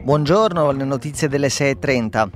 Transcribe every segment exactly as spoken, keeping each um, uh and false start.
Buongiorno, le notizie delle sei e trenta.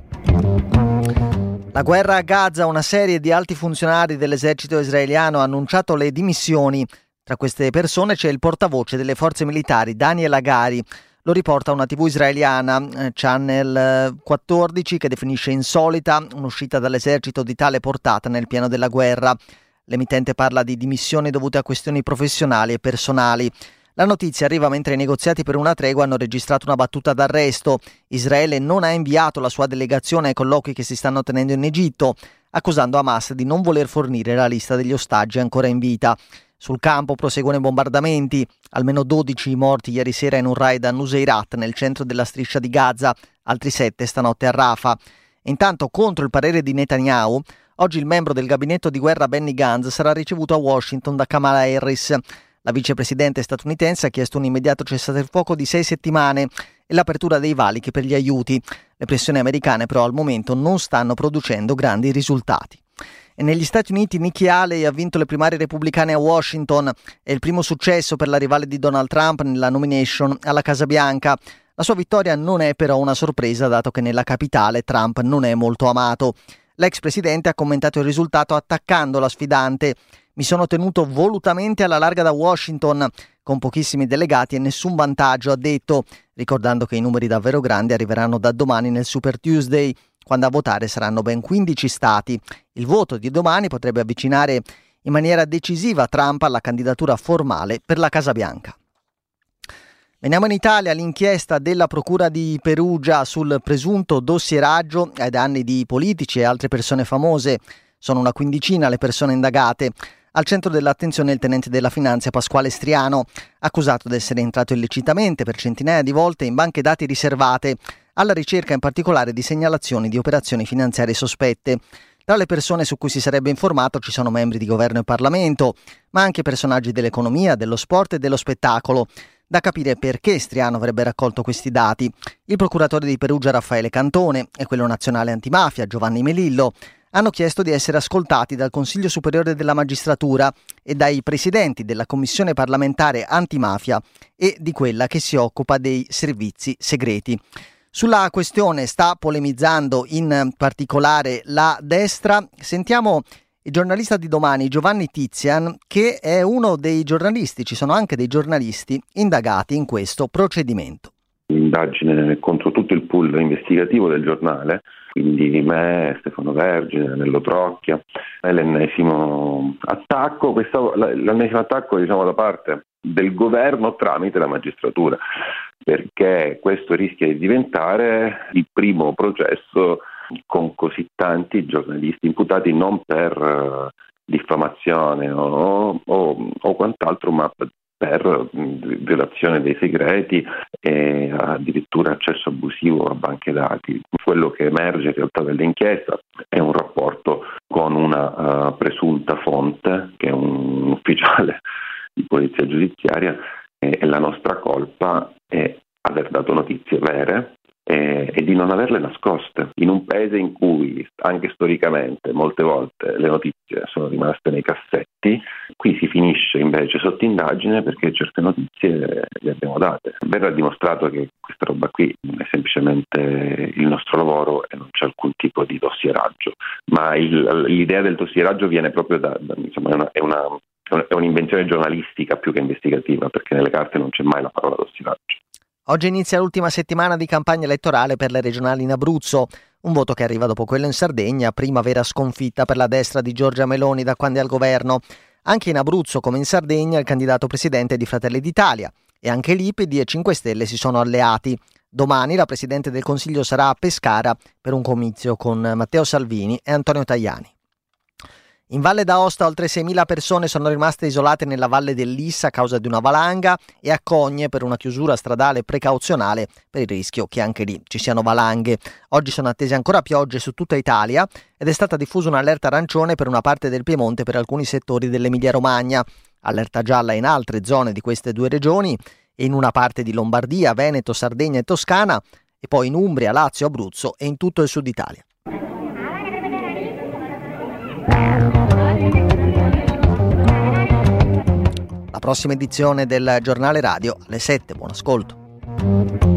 La guerra a Gaza, una serie di alti funzionari dell'esercito israeliano ha annunciato le dimissioni. Tra queste persone c'è il portavoce delle forze militari, Daniel Hagari. Lo riporta una tivù israeliana, Channel quattordici, che definisce insolita un'uscita dall'esercito di tale portata nel pieno della guerra. L'emittente parla di dimissioni dovute a questioni professionali e personali. La notizia arriva mentre i negoziati per una tregua hanno registrato una battuta d'arresto. Israele non ha inviato la sua delegazione ai colloqui che si stanno tenendo in Egitto, accusando Hamas di non voler fornire la lista degli ostaggi ancora in vita. Sul campo proseguono i bombardamenti, almeno dodici morti ieri sera in un raid a Nuseirat nel centro della striscia di Gaza, altri sette stanotte a Rafah. Intanto, contro il parere di Netanyahu, oggi il membro del gabinetto di guerra Benny Gantz sarà ricevuto a Washington da Kamala Harris. La vicepresidente statunitense ha chiesto un immediato cessate il fuoco di sei settimane e l'apertura dei valichi per gli aiuti. Le pressioni americane però al momento non stanno producendo grandi risultati. E negli Stati Uniti Nikki Haley ha vinto le primarie repubblicane a Washington. È il primo successo per la rivale di Donald Trump nella nomination alla Casa Bianca. La sua vittoria non è però una sorpresa, dato che nella capitale Trump non è molto amato. L'ex presidente ha commentato il risultato attaccando la sfidante. Mi sono tenuto volutamente alla larga da Washington, con pochissimi delegati e nessun vantaggio, ha detto, ricordando che i numeri davvero grandi arriveranno da domani nel Super Tuesday, quando a votare saranno ben quindici stati. Il voto di domani potrebbe avvicinare in maniera decisiva Trump alla candidatura formale per la Casa Bianca. Veniamo in Italia. L'inchiesta della Procura di Perugia sul presunto dossieraggio ai danni di politici e altre persone famose. Sono una quindicina le persone indagate. Al centro dell'attenzione il tenente della Finanza Pasquale Striano, accusato di essere entrato illecitamente per centinaia di volte in banche dati riservate, alla ricerca in particolare di segnalazioni di operazioni finanziarie sospette. Tra le persone su cui si sarebbe informato ci sono membri di governo e Parlamento, ma anche personaggi dell'economia, dello sport e dello spettacolo. Da capire perché Striano avrebbe raccolto questi dati. Il procuratore di Perugia Raffaele Cantone e quello nazionale antimafia Giovanni Melillo hanno chiesto di essere ascoltati dal Consiglio Superiore della Magistratura e dai presidenti della Commissione parlamentare antimafia e di quella che si occupa dei servizi segreti. Sulla questione sta polemizzando in particolare la destra. Sentiamo il giornalista di Domani Giovanni Tizian, che è uno dei giornalisti, ci sono anche dei giornalisti indagati in questo procedimento. Indagine contro tutto il pool investigativo del giornale, quindi me, Stefano Vergine, Nello Trocchia. È l'ennesimo attacco, questa, l'ennesimo attacco diciamo da parte del governo tramite la magistratura, perché questo rischia di diventare il primo processo con così tanti giornalisti imputati non per uh, diffamazione o, o, o quant'altro, ma per violazione dei segreti e addirittura accesso abusivo a banche dati. Quello che emerge in realtà dall'inchiesta è un rapporto con una uh, presunta fonte, che è un ufficiale di polizia giudiziaria, e, e la nostra colpa è aver dato notizie vere e, e di non averle nascoste. In un paese in cui anche storicamente molte volte le notizie sono rimaste nei cassetti, qui si finisce invece sotto indagine perché certe notizie le abbiamo date. Verrà dimostrato che questa roba qui è semplicemente il nostro lavoro e non c'è alcun tipo di dossieraggio, ma il, l'idea del dossieraggio viene proprio da, da insomma, è una, è una è un'invenzione giornalistica più che investigativa, perché nelle carte non c'è mai la parola dossieraggio. Oggi inizia l'ultima settimana di campagna elettorale per le regionali in Abruzzo, un voto che arriva dopo quello in Sardegna, prima vera sconfitta per la destra di Giorgia Meloni da quando è al governo. Anche in Abruzzo, come in Sardegna, il candidato presidente di Fratelli d'Italia, e anche lì P D e cinque Stelle si sono alleati. Domani la Presidente del Consiglio sarà a Pescara per un comizio con Matteo Salvini e Antonio Tajani. In Valle d'Aosta oltre seimila persone sono rimaste isolate nella Valle dell'Issa a causa di una valanga e a Cogne per una chiusura stradale precauzionale per il rischio che anche lì ci siano valanghe. Oggi sono attese ancora piogge su tutta Italia ed è stata diffusa un'allerta arancione per una parte del Piemonte e per alcuni settori dell'Emilia-Romagna. Allerta gialla in altre zone di queste due regioni e in una parte di Lombardia, Veneto, Sardegna e Toscana e poi in Umbria, Lazio, Abruzzo e in tutto il sud Italia. La prossima edizione del Giornale Radio alle sette. Buon ascolto.